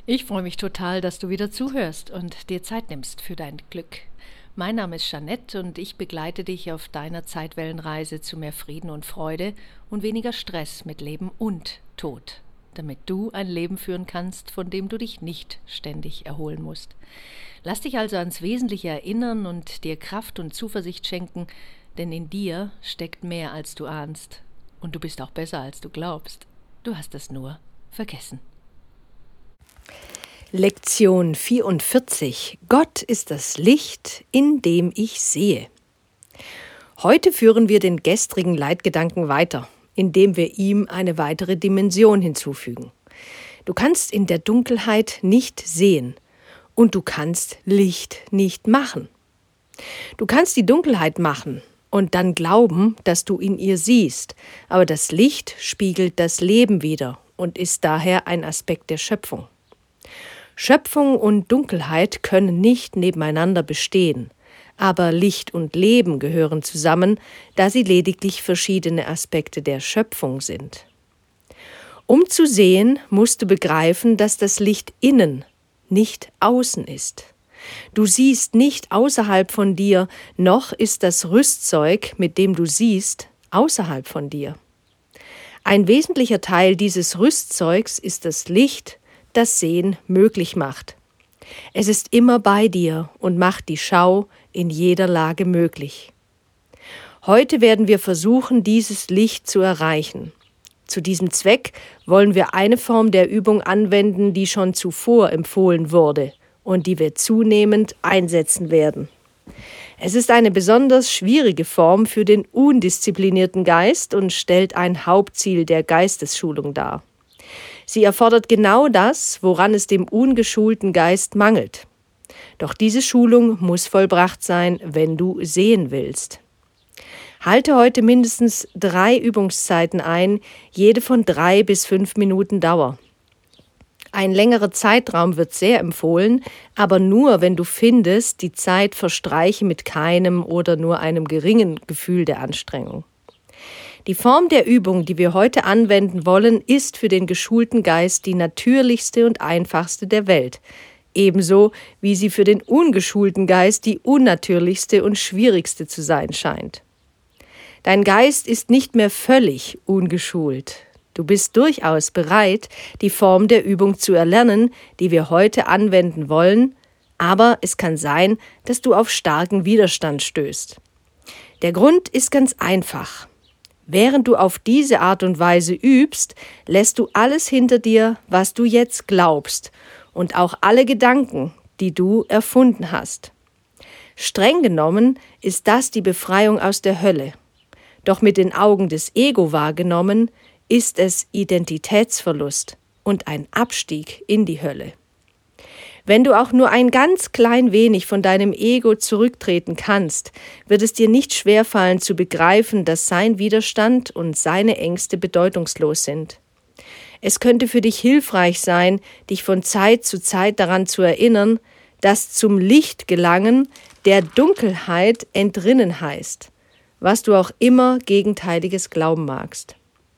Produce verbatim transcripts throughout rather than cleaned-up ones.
Ich freue mich total, dass du wieder zuhörst und dir Zeit nimmst für dein Glück. Mein Name ist Jeanette und ich begleite dich auf deiner Zeitwellenreise zu mehr Frieden und Freude und weniger Stress mit Leben und Tod, damit du ein Leben führen kannst, von dem du dich nicht ständig erholen musst. Lass dich also ans Wesentliche erinnern und dir Kraft und Zuversicht schenken, denn in dir steckt mehr, als du ahnst. Und du bist auch besser, als du glaubst. Du hast es nur vergessen. Lektion vierundvierzig. Gott ist das Licht, in dem ich sehe. Heute führen wir den gestrigen Leitgedanken weiter, indem wir ihm eine weitere Dimension hinzufügen. Du kannst in der Dunkelheit nicht sehen und du kannst Licht nicht machen. Du kannst die Dunkelheit machen und dann glauben, dass du in ihr siehst, aber das Licht spiegelt das Leben wider und ist daher ein Aspekt der Schöpfung. Schöpfung und Dunkelheit können nicht nebeneinander bestehen, aber Licht und Leben gehören zusammen, da sie lediglich verschiedene Aspekte der Schöpfung sind. Um zu sehen, musst du begreifen, dass das Licht innen, nicht außen ist. Du siehst nicht außerhalb von dir, noch ist das Rüstzeug, mit dem du siehst, außerhalb von dir. Ein wesentlicher Teil dieses Rüstzeugs ist das Licht, das Sehen möglich macht. Es ist immer bei dir und macht die Schau in jeder Lage möglich. Heute werden wir versuchen, dieses Licht zu erreichen. Zu diesem Zweck wollen wir eine Form der Übung anwenden, die schon zuvor empfohlen wurde und die wir zunehmend einsetzen werden. Es ist eine besonders schwierige Form für den undisziplinierten Geist und stellt ein Hauptziel der Geistesschulung dar. Sie erfordert genau das, woran es dem ungeschulten Geist mangelt. Doch diese Schulung muss vollbracht sein, wenn du sehen willst. Halte heute mindestens drei Übungszeiten ein, jede von drei bis fünf Minuten Dauer. Ein längerer Zeitraum wird sehr empfohlen, aber nur, wenn du findest, die Zeit verstreiche mit keinem oder nur einem geringen Gefühl der Anstrengung. Die Form der Übung, die wir heute anwenden wollen, ist für den geschulten Geist die natürlichste und einfachste der Welt, ebenso wie sie für den ungeschulten Geist die unnatürlichste und schwierigste zu sein scheint. Dein Geist ist nicht mehr völlig ungeschult. Du bist durchaus bereit, die Form der Übung zu erlernen, die wir heute anwenden wollen, aber es kann sein, dass du auf starken Widerstand stößt. Der Grund ist ganz einfach. Während du auf diese Art und Weise übst, lässt du alles hinter dir, was du jetzt glaubst, und auch alle Gedanken, die du erfunden hast. Streng genommen ist das die Befreiung aus der Hölle. Doch mit den Augen des Ego wahrgenommen, ist es Identitätsverlust und ein Abstieg in die Hölle. Wenn du auch nur ein ganz klein wenig von deinem Ego zurücktreten kannst, wird es dir nicht schwerfallen zu begreifen, dass sein Widerstand und seine Ängste bedeutungslos sind. Es könnte für dich hilfreich sein, dich von Zeit zu Zeit daran zu erinnern, dass zum Licht gelangen der Dunkelheit entrinnen heißt, was du auch immer Gegenteiliges glauben magst.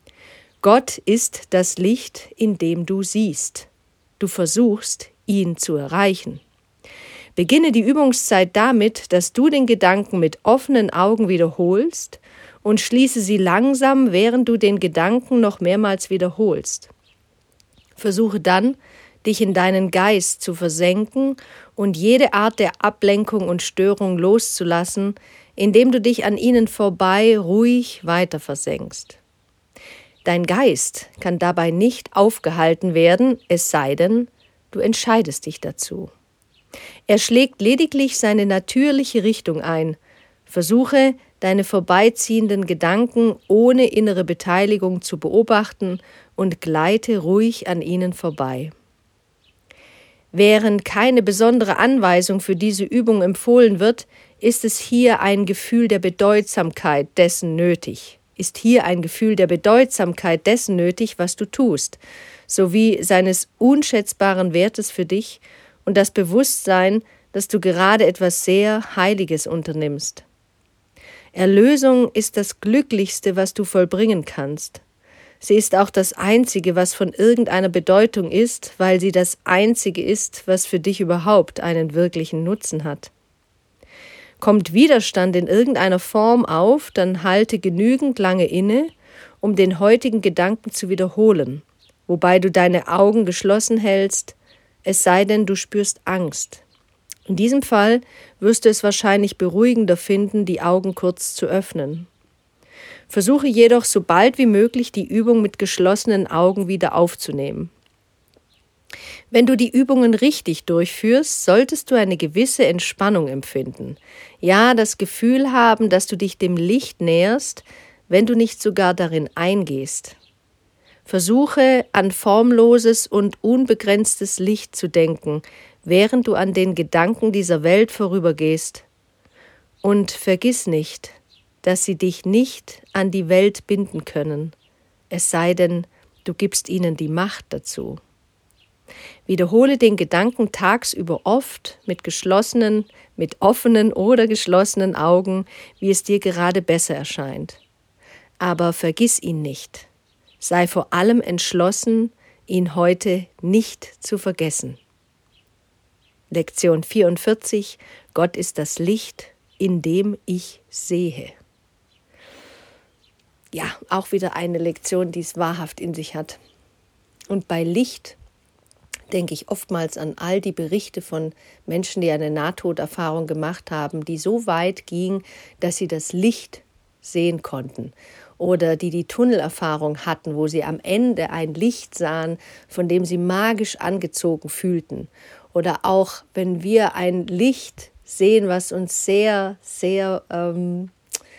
Gott ist das Licht, in dem du siehst. Du versuchst, ihn zu erreichen. Beginne die Übungszeit damit, dass du den Gedanken mit offenen Augen wiederholst und schließe sie langsam, während du den Gedanken noch mehrmals wiederholst. Versuche dann, dich in deinen Geist zu versenken und jede Art der Ablenkung und Störung loszulassen, indem du dich an ihnen vorbei ruhig weiter versenkst. Dein Geist kann dabei nicht aufgehalten werden, es sei denn, du entscheidest dich dazu. Er schlägt lediglich seine natürliche Richtung ein. Versuche, deine vorbeiziehenden Gedanken ohne innere Beteiligung zu beobachten und gleite ruhig an ihnen vorbei. Während keine besondere Anweisung für diese Übung empfohlen wird, ist es hier ein Gefühl der Bedeutsamkeit dessen nötig. Ist hier ein Gefühl der Bedeutsamkeit dessen nötig, was du tust, sowie seines unschätzbaren Wertes für dich und das Bewusstsein, dass du gerade etwas sehr Heiliges unternimmst. Erlösung ist das Glücklichste, was du vollbringen kannst. Sie ist auch das Einzige, was von irgendeiner Bedeutung ist, weil sie das Einzige ist, was für dich überhaupt einen wirklichen Nutzen hat. Kommt Widerstand in irgendeiner Form auf, dann halte genügend lange inne, um den heutigen Gedanken zu wiederholen, wobei du deine Augen geschlossen hältst, es sei denn, du spürst Angst. In diesem Fall wirst du es wahrscheinlich beruhigender finden, die Augen kurz zu öffnen. Versuche jedoch so bald wie möglich die Übung mit geschlossenen Augen wieder aufzunehmen. Wenn du die Übungen richtig durchführst, solltest du eine gewisse Entspannung empfinden. Ja, das Gefühl haben, dass du dich dem Licht näherst, wenn du nicht sogar darin eingehst. Versuche an formloses und unbegrenztes Licht zu denken, während du an den Gedanken dieser Welt vorübergehst. Und vergiss nicht, dass sie dich nicht an die Welt binden können, es sei denn, du gibst ihnen die Macht dazu. Wiederhole den Gedanken tagsüber oft mit geschlossenen, mit offenen oder geschlossenen Augen, wie es dir gerade besser erscheint. Aber vergiss ihn nicht. Sei vor allem entschlossen, ihn heute nicht zu vergessen. Lektion vierundvierzig. Gott ist das Licht, in dem ich sehe. Ja, auch wieder eine Lektion, die es wahrhaft in sich hat. Und bei Licht denke ich oftmals an all die Berichte von Menschen, die eine Nahtoderfahrung gemacht haben, die so weit ging, dass sie das Licht sehen konnten. Oder die die Tunnelerfahrung hatten, wo sie am Ende ein Licht sahen, von dem sie magisch angezogen fühlten. Oder auch, wenn wir ein Licht sehen, was uns sehr, sehr ähm,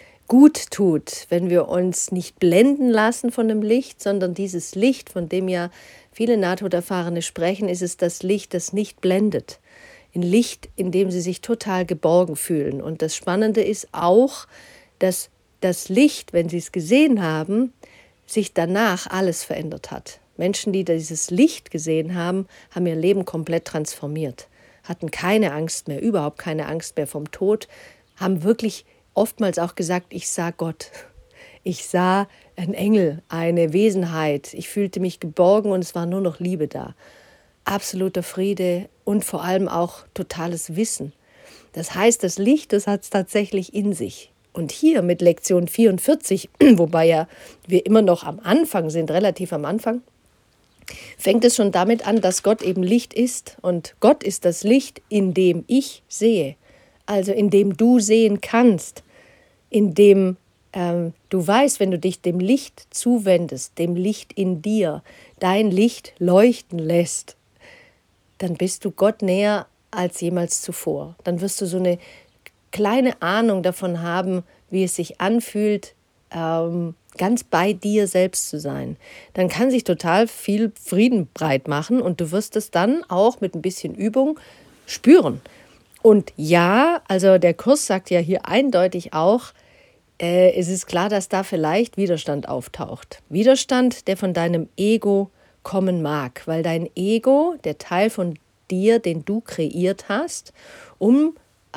gut tut, wenn wir uns nicht blenden lassen von dem Licht, sondern dieses Licht, von dem ja viele Nahtoderfahrene sprechen, ist es das Licht, das nicht blendet. Ein Licht, in dem sie sich total geborgen fühlen. Und das Spannende ist auch, dass das Licht, wenn sie es gesehen haben, sich danach alles verändert hat. Menschen, die dieses Licht gesehen haben, haben ihr Leben komplett transformiert, hatten keine Angst mehr, überhaupt keine Angst mehr vom Tod, haben wirklich oftmals auch gesagt, ich sah Gott, ich sah einen Engel, eine Wesenheit, ich fühlte mich geborgen und es war nur noch Liebe da. Absoluter Friede und vor allem auch totales Wissen. Das heißt, das Licht, das hat es tatsächlich in sich. Und hier mit Lektion vierundvierzig, wobei ja wir immer noch am Anfang sind, relativ am Anfang, fängt es schon damit an, dass Gott eben Licht ist. Und Gott ist das Licht, in dem ich sehe. Also in dem du sehen kannst. In dem ähm, du weißt, wenn du dich dem Licht zuwendest, dem Licht in dir, dein Licht leuchten lässt, dann bist du Gott näher als jemals zuvor. Dann wirst du so eine kleine Ahnung davon haben, wie es sich anfühlt, ähm, ganz bei dir selbst zu sein. Dann kann sich total viel Frieden breit machen und du wirst es dann auch mit ein bisschen Übung spüren. Und ja, also der Kurs sagt ja hier eindeutig auch, äh, es ist klar, dass da vielleicht Widerstand auftaucht. Widerstand, der von deinem Ego kommen mag, weil dein Ego, der Teil von dir, den du kreiert hast, um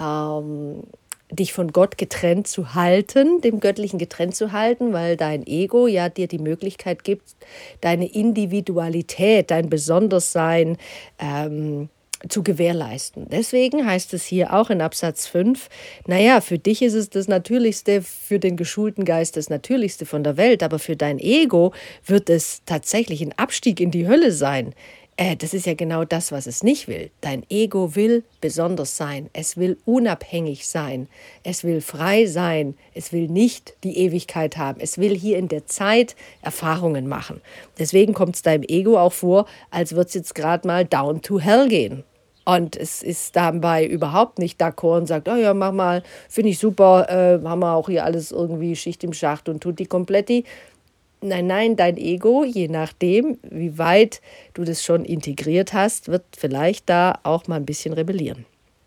ähm, dich von Gott getrennt zu halten, dem Göttlichen getrennt zu halten, weil dein Ego ja dir die Möglichkeit gibt, deine Individualität, dein Besonderssein ähm, zu gewährleisten. Deswegen heißt es hier auch in Absatz fünf, naja, für dich ist es das Natürlichste, für den geschulten Geist das Natürlichste von der Welt, aber für dein Ego wird es tatsächlich ein Abstieg in die Hölle sein. Äh, das ist ja genau das, was es nicht will. Dein Ego will besonders sein, es will unabhängig sein, es will frei sein, es will nicht die Ewigkeit haben, es will hier in der Zeit Erfahrungen machen. Deswegen kommt es deinem Ego auch vor, als würde es jetzt gerade mal down to hell gehen. Und es ist dabei überhaupt nicht d'accord und sagt, oh ja, mach mal, finde ich super, äh, haben wir auch hier alles irgendwie Schicht im Schacht und tutti kompletti. Nein, nein, dein Ego, je nachdem, wie weit du das schon integriert hast, wird vielleicht da auch mal ein bisschen rebellieren.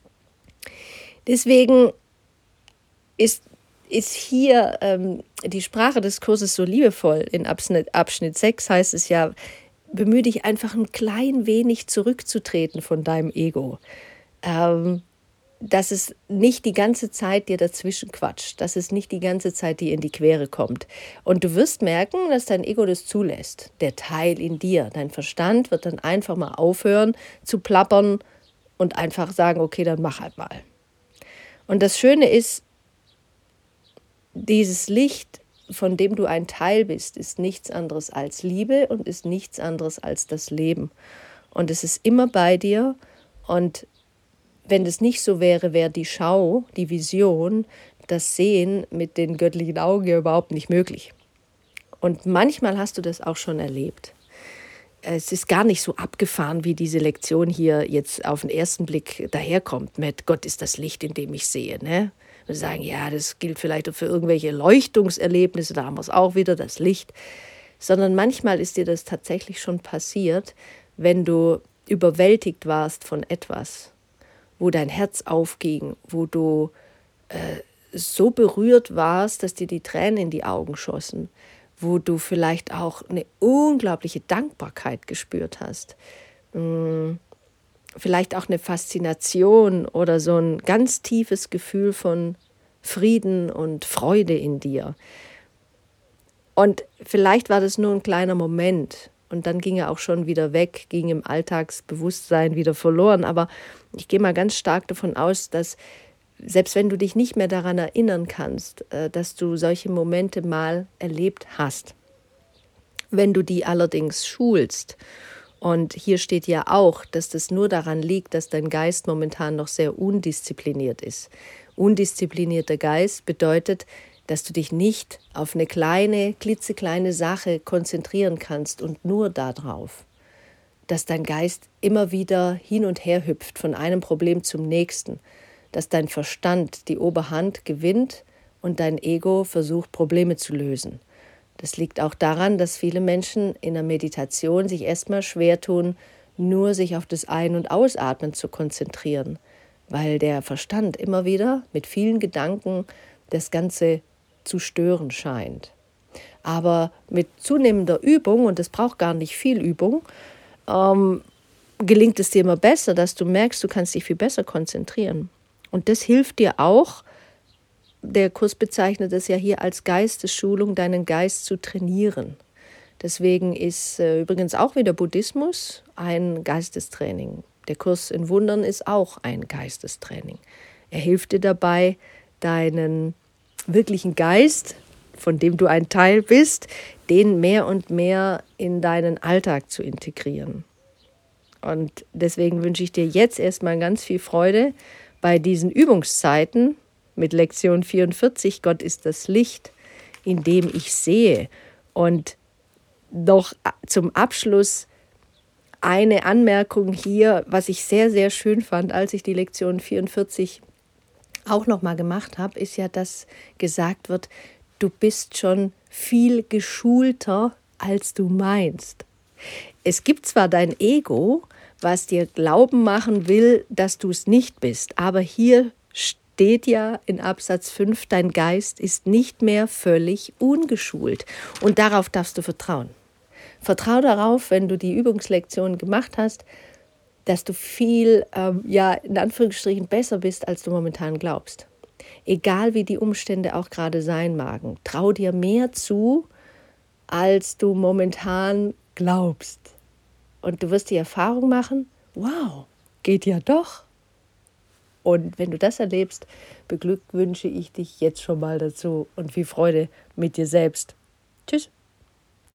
Deswegen ist, ist hier ähm, die Sprache des Kurses so liebevoll. In Abschnitt, Abschnitt sechs heißt es ja, bemühe dich einfach ein klein wenig zurückzutreten von deinem Ego. Ähm, dass es nicht die ganze Zeit dir dazwischen quatscht, dass es nicht die ganze Zeit dir in die Quere kommt. Und du wirst merken, dass dein Ego das zulässt, der Teil in dir. Dein Verstand wird dann einfach mal aufhören zu plappern und einfach sagen, okay, dann mach halt mal. Und das Schöne ist, dieses Licht, von dem du ein Teil bist, ist nichts anderes als Liebe und ist nichts anderes als das Leben. Und es ist immer bei dir. Und wenn das nicht so wäre, wäre die Schau, die Vision, das Sehen mit den göttlichen Augen ja überhaupt nicht möglich. Und manchmal hast du das auch schon erlebt. Es ist gar nicht so abgefahren, wie diese Lektion hier jetzt auf den ersten Blick daherkommt mit Gott ist das Licht, in dem ich sehe. Ne? Wir sagen, ja, das gilt vielleicht auch für irgendwelche Leuchtungserlebnisse, da haben wir es auch wieder, das Licht. Sondern manchmal ist dir das tatsächlich schon passiert, wenn du überwältigt warst von etwas, wo dein Herz aufging, wo du äh, so berührt warst, dass dir die Tränen in die Augen schossen, wo du vielleicht auch eine unglaubliche Dankbarkeit gespürt hast, hm, vielleicht auch eine Faszination oder so ein ganz tiefes Gefühl von Frieden und Freude in dir. Und vielleicht war das nur ein kleiner Moment und dann ging er auch schon wieder weg, ging im Alltagsbewusstsein wieder verloren. Aber ich gehe mal ganz stark davon aus, dass selbst wenn du dich nicht mehr daran erinnern kannst, dass du solche Momente mal erlebt hast, wenn du die allerdings schulst, und hier steht ja auch, dass das nur daran liegt, dass dein Geist momentan noch sehr undiszipliniert ist. Undisziplinierter Geist bedeutet, dass du dich nicht auf eine kleine, klitzekleine Sache konzentrieren kannst und nur darauf. Dass dein Geist immer wieder hin und her hüpft von einem Problem zum nächsten. Dass dein Verstand die Oberhand gewinnt und dein Ego versucht, Probleme zu lösen. Das liegt auch daran, dass viele Menschen in der Meditation sich erstmal schwer tun, nur sich auf das Ein- und Ausatmen zu konzentrieren, weil der Verstand immer wieder mit vielen Gedanken das Ganze zu stören scheint. Aber mit zunehmender Übung, und das braucht gar nicht viel Übung, ähm, gelingt es dir immer besser, dass du merkst, du kannst dich viel besser konzentrieren. Und das hilft dir auch, der Kurs bezeichnet es ja hier als Geistesschulung, deinen Geist zu trainieren. Deswegen ist äh, übrigens auch wieder Buddhismus ein Geistestraining. Der Kurs in Wundern ist auch ein Geistestraining. Er hilft dir dabei, deinen wirklichen Geist, von dem du ein Teil bist, den mehr und mehr in deinen Alltag zu integrieren. Und deswegen wünsche ich dir jetzt erstmal ganz viel Freude bei diesen Übungszeiten mit Lektion vierundvierzig, Gott ist das Licht, in dem ich sehe. Und noch zum Abschluss eine Anmerkung hier, was ich sehr, sehr schön fand, als ich die Lektion vierundvierzig auch nochmal gemacht habe, ist ja, dass gesagt wird, du bist schon viel geschulter, als du meinst. Es gibt zwar dein Ego, was dir glauben machen will, dass du es nicht bist, aber hier steht ja in Absatz fünf, dein Geist ist nicht mehr völlig ungeschult. Und darauf darfst du vertrauen. Vertrau darauf, wenn du die Übungslektion gemacht hast, dass du viel, ähm, ja, in Anführungsstrichen besser bist, als du momentan glaubst. Egal wie die Umstände auch gerade sein magen, trau dir mehr zu, als du momentan glaubst. Und du wirst die Erfahrung machen, wow, geht ja doch. Und wenn du das erlebst, beglückwünsche ich dich jetzt schon mal dazu und viel Freude mit dir selbst. Tschüss.